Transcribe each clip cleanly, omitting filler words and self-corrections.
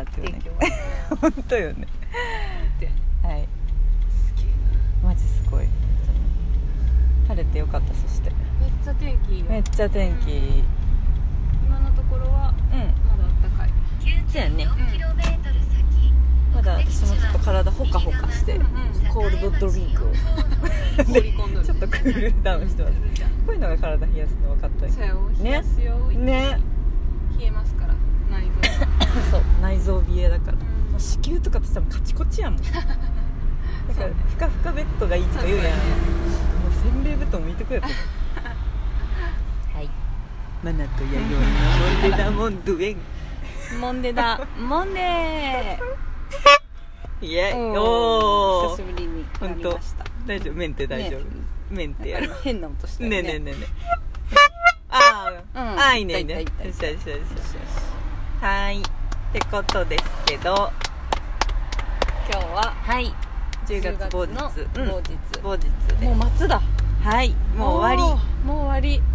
ってるね。 天気も本当よね。はい。 すげえマジすごい。晴れてよかった。そしてな。めっちゃ天気いいよ。 めっちゃ天気いい。 今のところはうん。 まだあったかい。 そうやね。まだ私もちょっと体ほかほかして、コールドドリンクを放り込んどる。 ちょっとクールダウンしてます。こういうのが体冷やすの分かったそうやよ。冷やすよ。 ね。 冷えますから内臓が。 そう、内臓冷えだから、もう子宮とかってさカチコチやもん。だからふかふかベッドがいいとか言うやん。もうせんべい布団見てくれた。はい。マナとヤヨンのモンデダモンドゥエン。 モンデだモンデイエイ。 おー久しぶりになりました。 大丈夫、メンテ大丈夫、ね、メンテやる。 変な音したよね。 ねえねえねえねえ。ああ、いいねいいね。よしよしよしよし。はい。ってことですけど、 今日ははい10月某日の某日でもう末だ。 はい、もう終わり。もう終わり。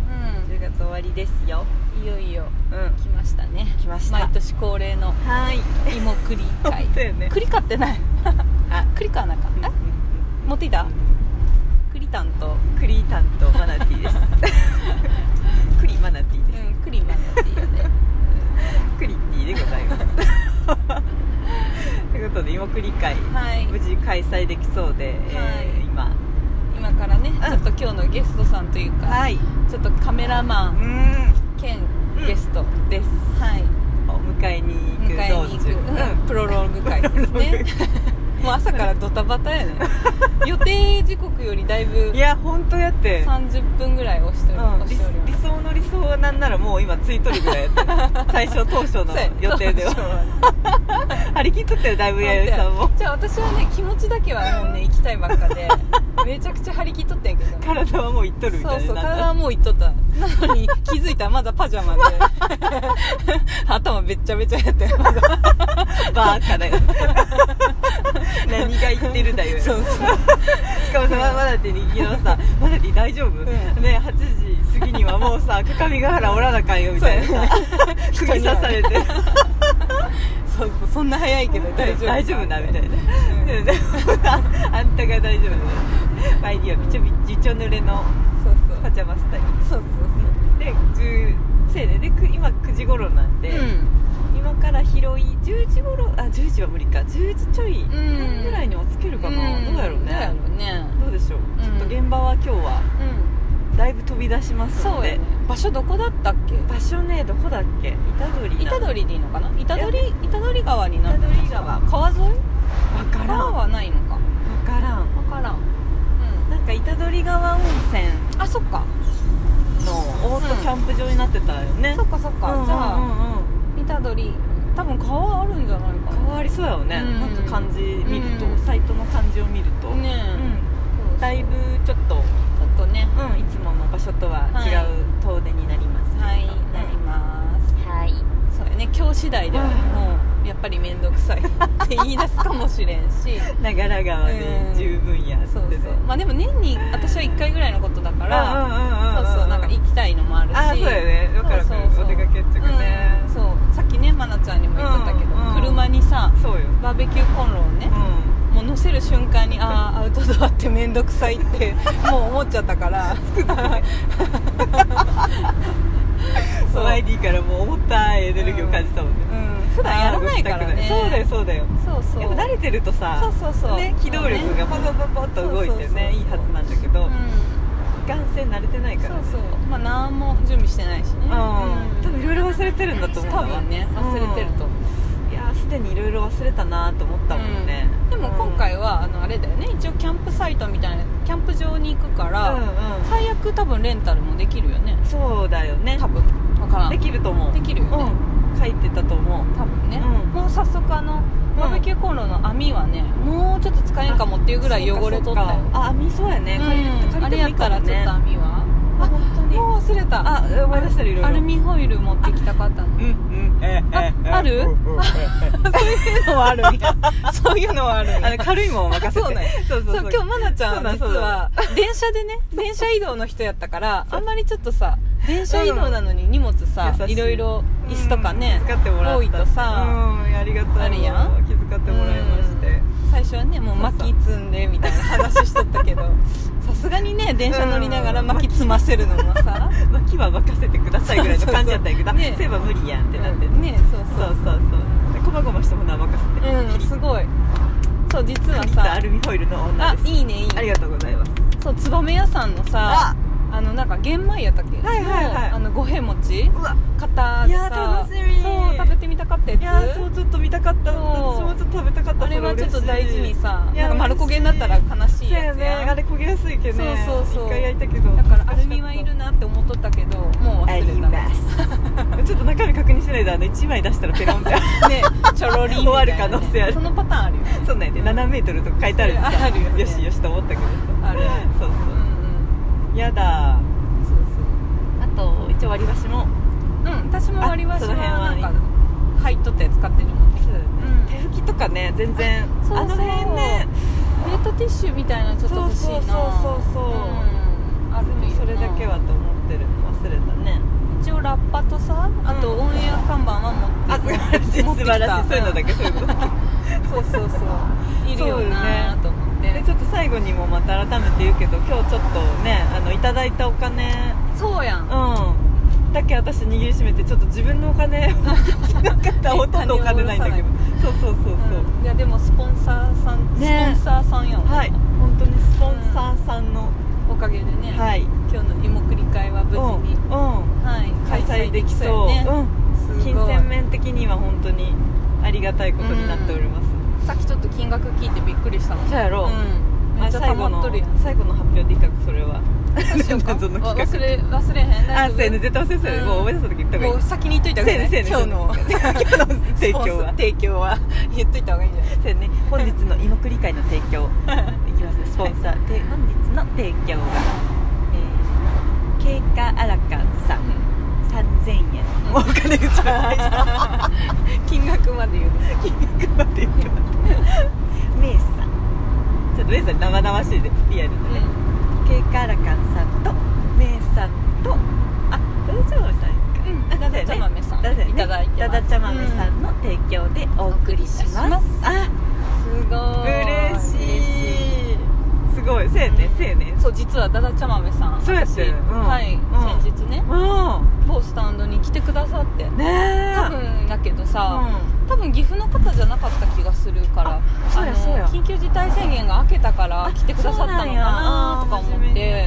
10月終わりですよ。 いよいよ来ましたね。 来ました。 毎年恒例の芋栗会。栗買ってない。あ、栗買わなかった。持っていた？栗タンとマナティーです。栗マナティーです。 栗マナティーよね。 栗ティーでございます。ということで芋栗会、無事開催できそうで、今からね、ちょっと今日のゲストさんというか、ちょっとカメラマン兼ゲストです。はい。 迎えに行くプロローグ会ですね。もう朝からドタバタやね。予定時刻よりだいぶ、 いや本当やって 30分ぐらい押しております。 理想の理想はなんならもう今ついとるぐらいやって最初当初の予定では張り切っとったよ、だいぶ弥生さんも。 じゃあ私はね、気持ちだけはもうね行きたいばっかでめちゃくちゃ張り切っとったんやけど、 体はもういっとるみたいな。 そう体はもういっとった。なのに気づいたらまだパジャマで頭べっちゃべちゃやってバーカだよ何が言ってるだよ。そうしかもさ、マナティに昨日さ、マナティ大丈夫、ね、8時過ぎにはもうさ各務原おらなあかんよみたいなさ釘刺されてそうそんな早いけど大丈夫なみたいな、あんたが大丈夫だ前にはびちょ濡れのパジャマスタイル。で今9時頃なんで、今から広い10時頃、10時は無理か、10時ちょいぐらいにはつけるかな、どうやろうね。どうでしょう、ちょっと現場は今日はだいぶ飛び出しますので。 場所どこだったっけ？ 場所ね、どこだっけ？ 板取でいいのかな？板取川になる。川沿い？ わからん。 川はないのか。わからん。なんか板取川温泉、 そっかのオートキャンプ場になってたよね。 そっかじゃあ板取多分川あるんじゃないかな。 川ありそうやよね。なんか漢字見ると、サイトの漢字を見るとだいぶちょっとね、いつもの場所とは違う遠出になりますけど。 なります。そうやね、今日次第ではもうやっぱり面倒くさいって言い出すかもしれんし長良川で十分やって。 まあでも年に私は1回ぐらいのことだから、なんか行きたいのもあるし。 そうやね、だからお出かけっちゃくね。 さっきね、まなちゃんにも言ってたけど、車にさバーベキューコンロをね、もう乗せる瞬間にアウトドアって面倒くさいってもう思っちゃったからそう ID からもう重たいエネルギーを感じたもんね。 普段やらないからね。 そうだよ。やっぱ慣れてるとさ、機動力がパパパパッと動いてね、いいはずなんだけど、いかんせん慣れてないからね。 まあ何も準備してないしね。 多分いろいろ忘れてるんだと思う。 多分ね、忘れてると。 いやすでにいろいろ忘れたなと思ったもんね。 でも今回はあれだよね、一応キャンプサイトみたいなキャンプ場に行くから、最悪多分レンタルもできるよね。 そうだよね、 多分分からん。 できると思う。 できるよね、 書いてたと思う多分ね。もう早速バーベキューコンロの網はね、もうちょっと使えんかもっていうぐらい汚れとったよ。 網そうやね、 あれやったらちょっと網は本当にもう忘れた。 思い出したらいろいろアルミホイル持ってきたかったの。あるそういうのはあるんや。そういうのはあるんや。 軽いもん任せて。そう今日まなちゃん実は電車でね、電車移動の人やったから、あんまりちょっとさ、電車移動なのに荷物さ、いろいろ椅子とかね、多いとさ、 りがとう。 あるやん、 気遣ってもらいまして、 最初はねもう薪積んでみたいな話しとったけどさすがにね電車乗りながら薪積ませるのもさ薪は任せてくださいぐらいの感じだったんやけど、そういえば無理やんってなってね、そうこまごましたものは任せて、 すごい。そう実はさアルミホイルの女です。 いいねいいね、 ありがとうございます。 そう燕屋さんのさなんか玄米やったっけ、五平餅型でさ、 楽しみ。 そう食べてみたかったやつ。 いやそうちょっと見たかった。私もちょっと食べたかった。 あれはちょっと大事にさ、なんか丸焦げになったら悲しいやつやん。 あれ焦げやすいけどね。そう一回焼いたけど、 だからアルミはいるなって思っとったけどもう忘れた。 ちょっと中身確認しないで1枚出したらペロンってねちょろりみたいな、 終わる可能性ある。 そのパターンあるよね。 そうなんやで、7メートルとか書いてあるんですよ。よしよしと思ったけどさ、 あるそうやだ。あと一応割り箸も、 私も割り箸はなんか入っとったやつ勝手に持ってきた。 手拭きとかね全然あの辺ね、 ウェットティッシュみたいなちょっと欲しいな。 あるとそれだけはと思ってる。忘れたね。 一応ラッパとさ、あとオンエア看板は持ってきた。 素晴らしい。そういうのだけ、そういうのだけいるよなと思って。 でちょっと最後にもまた改めて言うけど、今日ちょっとねいただいたお金、 そうやん、 だけ私握りしめてちょっと自分のお金をなかったほとんどお金ないんだけど、そういやでもスポンサーさんやん。 はい、本当にスポンサーさんのおかげでね、今日の芋繰り会は無事に開催できそう。金銭面的には本当にありがたいことになっております。 さっきちょっと金額聞いてびっくりしたの。 そうやろ。 めっちゃ溜まっとるやん。 最後の発表でいいか、それは忘れへん。 そうやね、絶対忘れそうやね。もう思い出した時言った方がいい。 もう先に言っといた方がいいね。今日の提供は言っといた方がいいんじゃない。 そうやね。本日の芋繰り会の提供いきますね。スポンサーで本日の提供が経過アラカンさん3000円。もうお金打ちました金額まで言うね。 金額まで言ってますメイさん、ちょっとメイさん生々しいでリアルでね、経過アラカンさんとメイさんとダダチャマメさん、 ダダチャマメさんいただいてます。 ダダチャマメさんの提供でお送りします。 すごい嬉しい。すごい。せやね。 そう、実はダダチャマメさん、 そうやって、 先日ね某スタンドに来てくださってね。多分だけどさ、多分岐阜の方じゃなかった気がするから、緊急事態宣言が明けたから来てくださったのかなとか思って、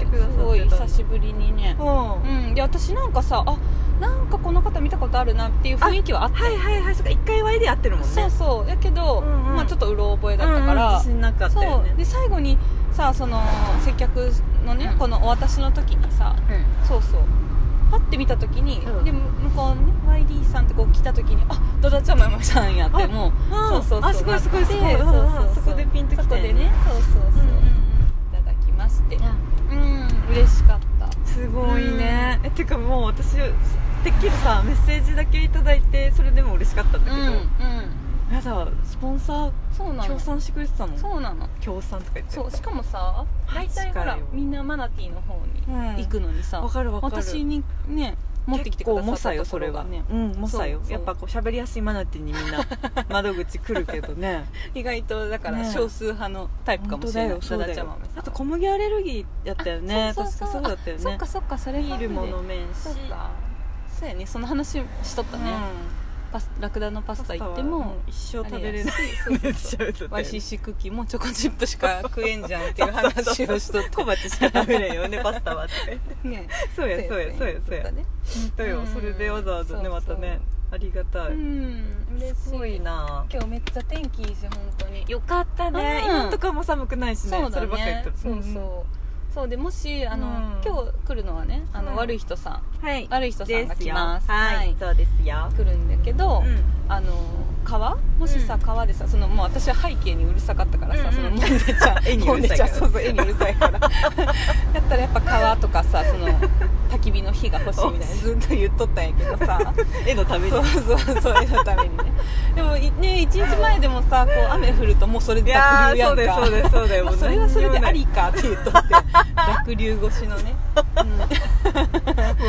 すごい久しぶりにね。で私なんかさ、なんかこの方見たことあるなっていう雰囲気はあって、 そうか、1回はでやってるもんね。 そうやけど、ちょっとうろ覚えだったから、 自信なかったよね。 で最後にさ、その接客のね、このお渡しの時にさ、パッて見た時に、で向こうね YD さんってこう来た時に、ダダチャマメさんやって、もうすごいそこでピンときて、そこでね、いただきまして、嬉しかった。 すごいね。てかもう私てっきりさメッセージだけいただいてそれでも嬉しかったんだけど、やだ、スポンサー協賛してくれてたの。そうなの。協賛とか言って。 そう、しかもさ、大体ほらみんなマナティーの方に行くのにさ、私にね持ってきてくださったところがね、 モサよ。やっぱこう喋りやすいマナティーにみんな窓口来るけどね意外とだから少数派のタイプかもしれない。 あと小麦アレルギーやったよね。確かそうだったよね。 そっか、それビールも飲めんし。 そうやね、その話しとったね。ラクダのパスタ行っても一生食べれない。 YCC クッキーもチョコチップしか食えんじゃんっていう話をしとって、 小鉢しか食べれんよねパスタはってね。そうや本当よ。それでわざわざねまたね、ありがたい。すごいな。 今日めっちゃ天気いいし、本当によかったね。今とかも寒くないしね。そればっかり言ってる。 そうで、もし今日来るのはね、悪い人さんが来ます。 そうですよ。 来るんだけど、川もしさ、川でさ、そのもう私は背景にうるさかったからさ、そのモンデちゃん絵にうるさいから、そう絵にうるさいからやったらやっぱ川とかさ、その焚き火の火が欲しいみたいなずっと言っとったんやけどさ絵のために。 そう絵のためにね。でもね、1日前でもさ、こう雨降るともうそれで濁流やんか。 そうだよ。 それはそれでありかって言っとって、濁流越しのね、 もう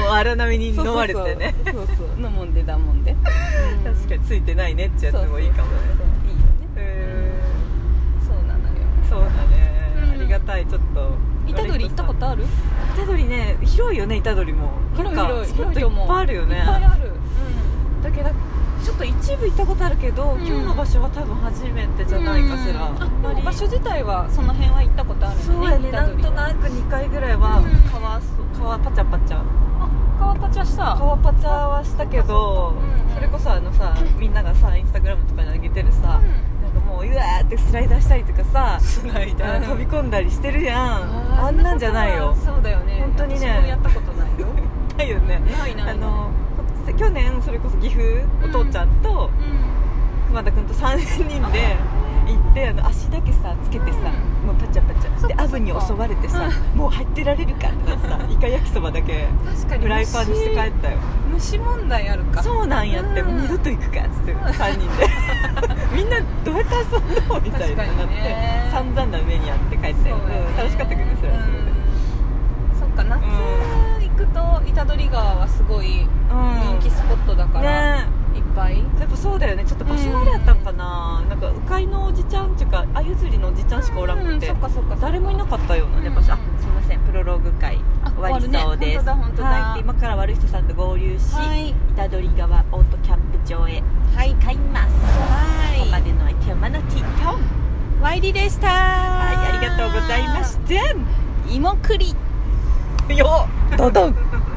荒波に飲まれてね、 そう飲もんでだもんで確かについてないねってやつもいいかもね。 いいよね。そうなのよ。 そうだね、ありがたい。ちょっと虎杖行ったことある？ 虎杖ね、広いよね。虎杖も広いスポットいっぱいあるよね。 いっぱいある。 だけどちょっと一部行ったことあるけど、今日の場所は多分初めてじゃないかしら。 場所自体はその辺は行ったことあるね。 そうやね、なんとなく2回ぐらいは川パチャパチャ、 川パチャした。 川パチャはしたけど、それこそさ、みんながさインスタグラムとかに上げてるさ、なんかもううわーってスライダーしたりとかさ、 スライダー飛び込んだりしてるやん。あんなんじゃないよ。 そうだよね、 本当にね。 私もやったことないよ。 ないよね。去年それこそ岐阜、お父ちゃんと熊田君と3人で行って、足だけさつけてさ、もうパチャパチャでアブに襲われてさ、もう入ってられるかってさ、イカ焼きそばだけフライパンにして帰ったよ。 虫問題あるか。 そうなんやって、もう二度と行くかっつって3人でみんなどうやって遊んだのみたいになって散々な目にあって帰って、楽しかったけどね、それはそれで。 そっか、夏行くと板取川はすごい人気スポットだからいっぱい。 やっぱそうだよね。ちょっと場所あれやったんかな。なんか鵜飼のおじちゃんっていうか、あゆずりのおじちゃんしかおらんくて、 そっか誰もいなかったようなね場所。すいません、プロローグ会終わりそうです。今から悪い人さんと合流し、板取川オートキャンプ場へ買います。ここまでの相手はマナティとワイリでした。 ありがとうございました。 芋栗よっドドン